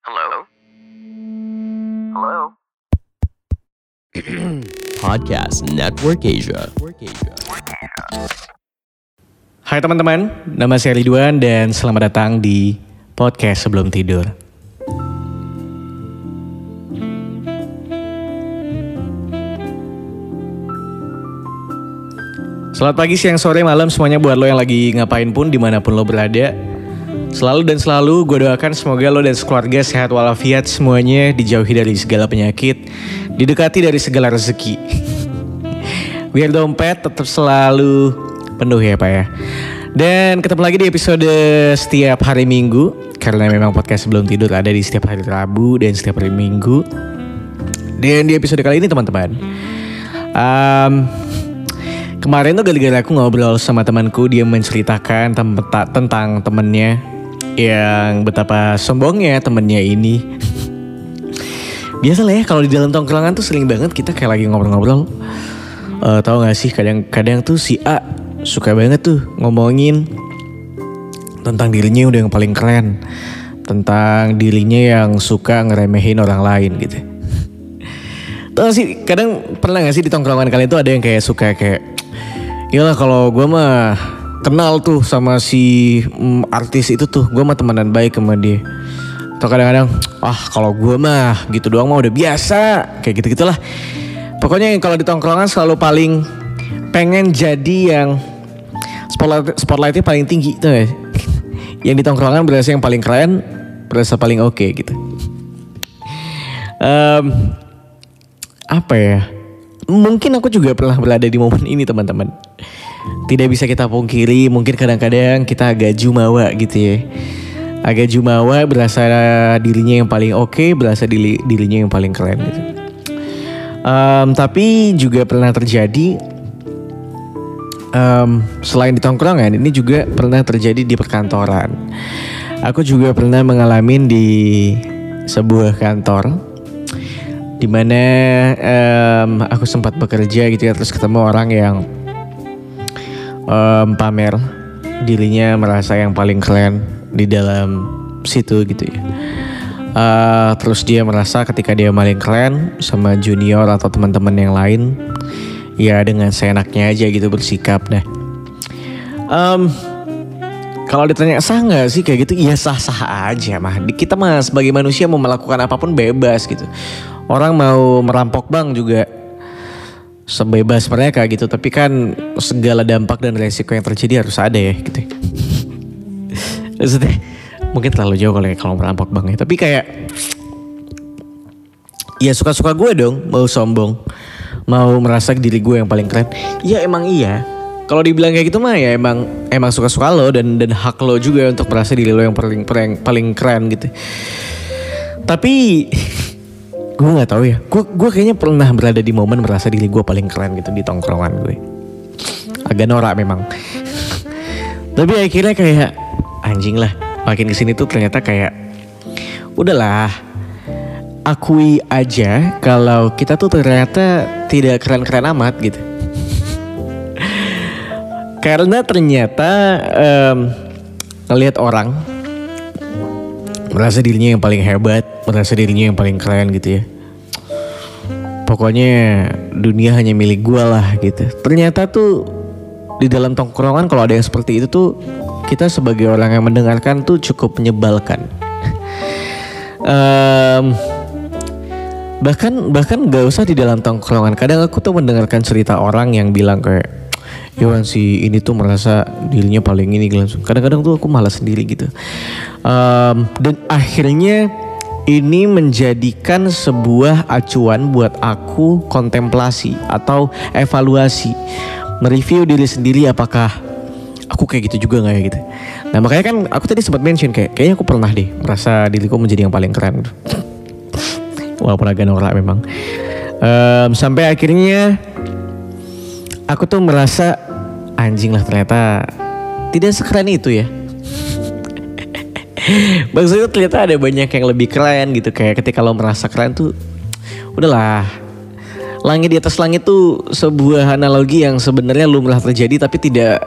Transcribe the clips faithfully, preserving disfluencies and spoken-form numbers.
Hello? Hello? Podcast Network Asia. Hai teman-teman, nama saya Ridwan dan selamat datang di podcast sebelum tidur. Selamat pagi, siang, sore, malam semuanya buat lo yang lagi ngapain pun dimanapun lo berada. Selalu dan selalu gue doakan semoga lo dan sekeluarga sehat walafiat semuanya, dijauhi dari segala penyakit, didekati dari segala rezeki. Biar dompet tetap selalu penuh ya Pak ya. Dan ketemu lagi di episode setiap hari Minggu, karena memang podcast sebelum tidur ada di setiap hari Rabu dan setiap hari Minggu. Dan di episode kali ini teman-teman, um, kemarin tuh gara-gara aku ngobrol sama temanku, dia menceritakan tem- tentang temennya yang betapa sombongnya temennya ini. Biasa lah ya kalau di dalam tongkrongan tuh sering banget kita kayak lagi ngobrol-ngobrol. Uh, tahu gak sih kadang-kadang tuh si A suka banget tuh ngomongin tentang dirinya udah yang paling keren, tentang dirinya yang suka ngeremehin orang lain gitu. Tahu gak sih kadang pernah gak sih di tongkrongan kalian tuh ada yang kayak suka kayak, iyalah kalau gue mah kenal tuh sama si mm, artis itu tuh, gue mah temenan baik sama dia. Atau kadang-kadang, ah kalau gue mah gitu doang mah udah biasa, kayak gitu-gitulah. Pokoknya yang kalau di tongkrongan selalu paling pengen jadi yang spotlight, spotlightnya paling tinggi tuh ya. Yang di tongkrongan berasa yang paling keren, berasa paling oke okay, gitu. Um, apa ya? Mungkin aku juga pernah berada di momen ini teman-teman. Tidak bisa kita pungkiri, mungkin kadang-kadang kita agak jumawa gitu ya. Agak jumawa, berasa dirinya yang paling oke, okay, berasa diri, dirinya yang paling keren gitu. Um, tapi juga pernah terjadi, um, selain di tongkrongan, ini juga pernah terjadi di perkantoran. Aku juga pernah mengalami di sebuah kantor, dimana um, aku sempat bekerja gitu ya, terus ketemu orang yang um, pamer dirinya merasa yang paling keren di dalam situ gitu ya. Uh, terus dia merasa ketika dia paling keren sama junior atau teman-teman yang lain, ya dengan seenaknya aja gitu bersikap. Nah, um, kalau ditanya sah nggak sih kayak gitu, iya sah-sah aja mah. Kita mah sebagai manusia mau melakukan apapun bebas gitu. Orang mau merampok bank juga sebebas mereka gitu. Tapi kan segala dampak dan resiko yang terjadi harus ada ya gitu. Maksudnya mungkin terlalu jauh kalau kalau merampok bank ya. Tapi kayak ya suka-suka gue dong mau sombong, mau merasa diri gue yang paling keren. Ya emang iya. Kalau dibilang kayak gitu mah ya emang emang suka-suka lo dan dan hak lo juga untuk merasa diri lo yang paling paling, paling keren gitu. Tapi gue nggak tahu ya. Gue gue kayaknya pernah berada di momen merasa diri gue paling keren gitu di tongkrongan gue. Agak norak memang. Tapi akhirnya kayak anjing lah. Makin kesini tuh ternyata kayak udahlah, akui aja kalau kita tuh ternyata tidak keren-keren amat gitu. Karena ternyata um, ngelihat orang merasa dirinya yang paling hebat, merasa dirinya yang paling keren gitu ya. Pokoknya dunia hanya milik gue lah gitu. Ternyata tuh di dalam tongkrongan kalau ada yang seperti itu tuh, kita sebagai orang yang mendengarkan tuh cukup menyebalkan. um, bahkan bahkan gak usah di dalam tongkrongan. Kadang aku tuh mendengarkan cerita orang yang bilang kayak, Iwan si ini tuh merasa dirinya paling ini. Kadang-kadang tuh aku malas sendiri gitu. Um, dan akhirnya ini menjadikan sebuah acuan buat aku kontemplasi atau evaluasi, mereview diri sendiri apakah aku kayak gitu juga gak ya gitu. Nah makanya kan aku tadi sempat mention kayak kayaknya aku pernah deh merasa diriku menjadi yang paling keren. Walaupun agak norak memang. um, Sampai akhirnya aku tuh merasa anjing lah ternyata tidak sekeren itu ya. Maksudnya ternyata ada banyak yang lebih keren gitu. Kayak ketika lo merasa keren tuh udahlah, langit di atas langit tuh sebuah analogi yang sebenarnya lumrah terjadi tapi tidak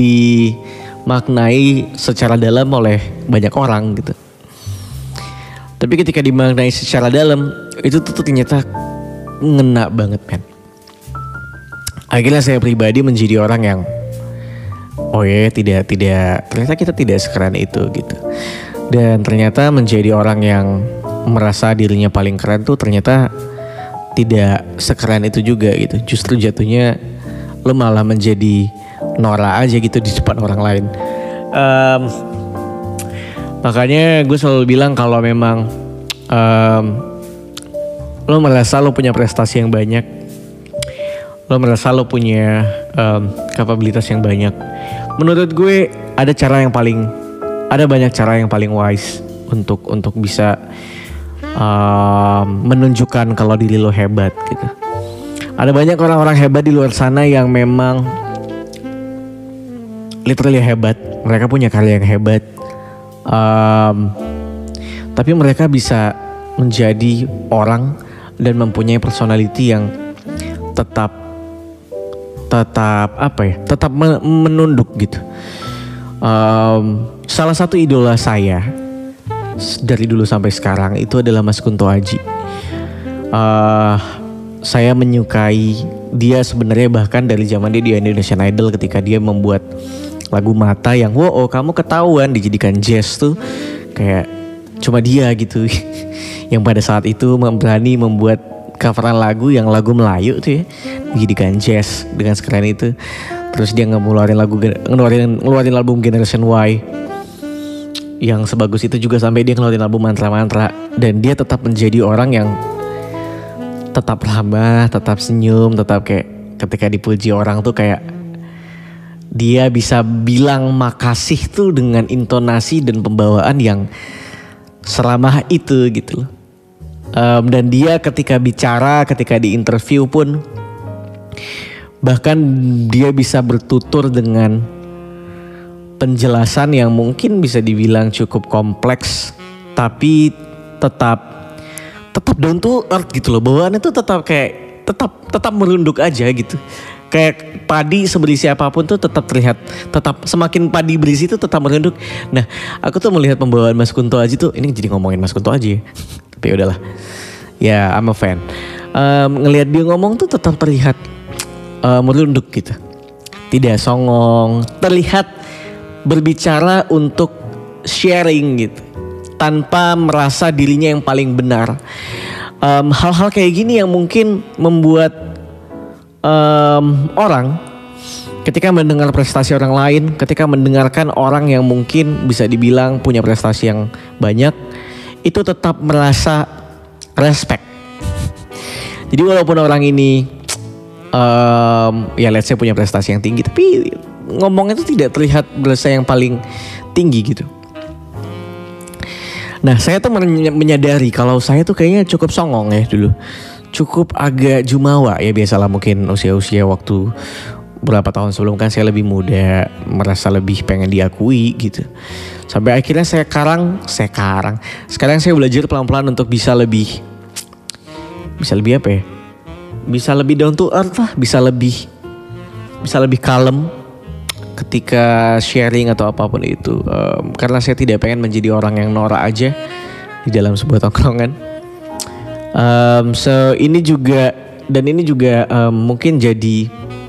dimaknai secara dalam oleh banyak orang gitu. Tapi ketika dimaknai secara dalam, itu tuh ternyata ngena banget men. Akhirnya saya pribadi menjadi orang yang oh ya tidak tidak ternyata kita tidak sekeren itu gitu. Dan ternyata menjadi orang yang merasa dirinya paling keren tuh ternyata tidak sekeren itu juga gitu. Justru jatuhnya lo malah menjadi norak aja gitu di depan orang lain. Um, makanya gue selalu bilang kalau memang um, lo merasa lo punya prestasi yang banyak, lo merasa lo punya um, kapabilitas yang banyak, menurut gue ada cara yang paling ada banyak cara yang paling wise untuk untuk bisa um, menunjukkan kalau diri lo hebat gitu. Ada banyak orang-orang hebat di luar sana yang memang literally hebat, mereka punya karya yang hebat, um, tapi mereka bisa menjadi orang dan mempunyai personality yang tetap tetap apa ya, tetap menunduk gitu. Um, salah satu idola saya dari dulu sampai sekarang itu adalah Mas Kunto Aji. Uh, saya menyukai dia sebenarnya bahkan dari zaman dia di Indonesian Idol ketika dia membuat lagu Mata yang wow, oh, kamu ketahuan dijadikan jazz tuh kayak cuma dia gitu yang pada saat itu berani membuat coveran lagu yang lagu Melayu tuh ya dijadikan jazz dengan sekeren itu. Terus dia ngeluarin lagu ngeluarin ngeluarin album Generation Y yang sebagus itu juga sampai dia ngeluarin album mantra-mantra, dan dia tetap menjadi orang yang tetap ramah, tetap senyum, tetap kayak ketika dipuji orang tuh kayak dia bisa bilang makasih tuh dengan intonasi dan pembawaan yang seramah itu gitu loh. Um, dan dia ketika bicara, ketika di interview pun bahkan dia bisa bertutur dengan penjelasan yang mungkin bisa dibilang cukup kompleks, tapi tetap tetap down to earth gitu loh. Bawaannya tuh tetap kayak tetap tetap merunduk aja gitu. Kayak padi seberisi apapun tuh tetap terlihat, tetap semakin padi berisi itu tetap merunduk. Nah, aku tuh melihat pembawaan Mas Kunto Aji tuh, ini jadi ngomongin Mas Kunto Aji ya. Tapi udahlah. Ya, I'm a fan. Um, ngelihat dia ngomong tuh tetap terlihat uh, merunduk gitu. Tidak songong, terlihat berbicara untuk sharing gitu. Tanpa merasa dirinya yang paling benar. Um, hal-hal kayak gini yang mungkin membuat Um, orang ketika mendengar prestasi orang lain, ketika mendengarkan orang yang mungkin bisa dibilang punya prestasi yang banyak, itu tetap merasa respect. Jadi walaupun orang ini um, ya let's say punya prestasi yang tinggi, tapi ngomongnya itu tidak terlihat berasa yang paling tinggi gitu. Nah, saya tuh menyadari kalau saya tuh kayaknya cukup songong ya dulu. Cukup agak jumawa ya, biasalah mungkin usia-usia waktu berapa tahun sebelum kan saya lebih muda, merasa lebih pengen diakui gitu. Sampai akhirnya saya sekarang, sekarang, sekarang saya belajar pelan-pelan untuk bisa lebih, bisa lebih apa ya? Bisa lebih down to earth lah, bisa lebih, bisa lebih kalem ketika sharing atau apapun itu. Um, karena saya tidak pengen menjadi orang yang norak aja di dalam sebuah tongkrongan. Um, so ini juga dan ini juga um, mungkin jadi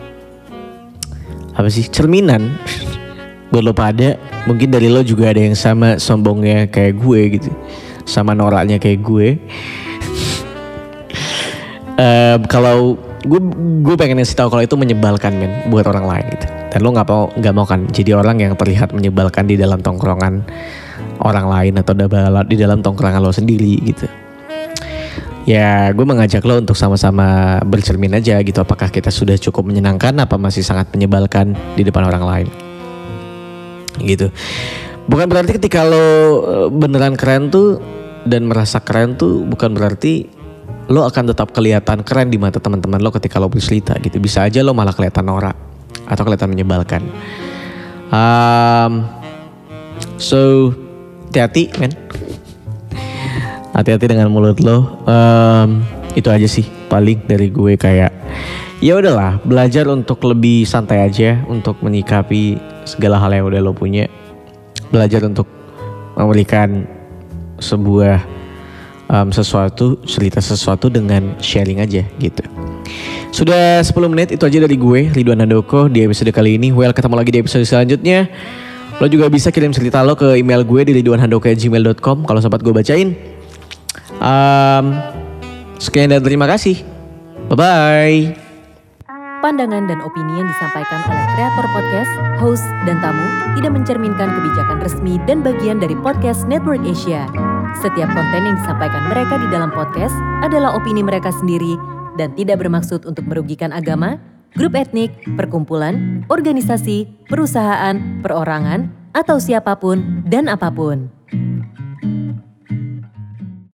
apa sih cerminan buat lo pada. Mungkin dari lo juga ada yang sama sombongnya kayak gue gitu, sama noraknya kayak gue. um, kalau gue gue pengen ngasih tahu kalau itu menyebalkan men buat orang lain gitu. Dan lo nggak mau nggak mau kan jadi orang yang terlihat menyebalkan di dalam tongkrongan orang lain atau di dalam tongkrongan lo sendiri gitu. Ya gue mengajak lo untuk sama-sama bercermin aja gitu. Apakah kita sudah cukup menyenangkan, apa masih sangat menyebalkan di depan orang lain gitu. Bukan berarti ketika lo beneran keren tuh dan merasa keren tuh bukan berarti lo akan tetap kelihatan keren di mata teman-teman lo ketika lo bercerita gitu. Bisa aja lo malah kelihatan norak atau kelihatan menyebalkan. um, So hati-hati men, hati-hati dengan mulut lo. Um, itu aja sih paling dari gue, kayak ya udahlah, belajar untuk lebih santai aja untuk menyikapi segala hal yang udah lo punya. Belajar untuk memberikan sebuah um, sesuatu, cerita sesuatu dengan sharing aja gitu. Sudah sepuluh menit, itu aja dari gue, Ridwan Handoko di episode kali ini. Well, ketemu lagi di episode selanjutnya. Lo juga bisa kirim cerita lo ke email gue di ridwan handoko at gmail dot com kalau sempat gue bacain. Um, sekian dan terima kasih. Bye-bye. Pandangan dan opini yang disampaikan oleh kreator podcast, host, dan tamu tidak mencerminkan kebijakan resmi dan bagian dari podcast Network Asia. Setiap konten yang disampaikan mereka di dalam podcast adalah opini mereka sendiri dan tidak bermaksud untuk merugikan agama, grup etnik, perkumpulan, organisasi, perusahaan, perorangan, atau siapapun dan apapun.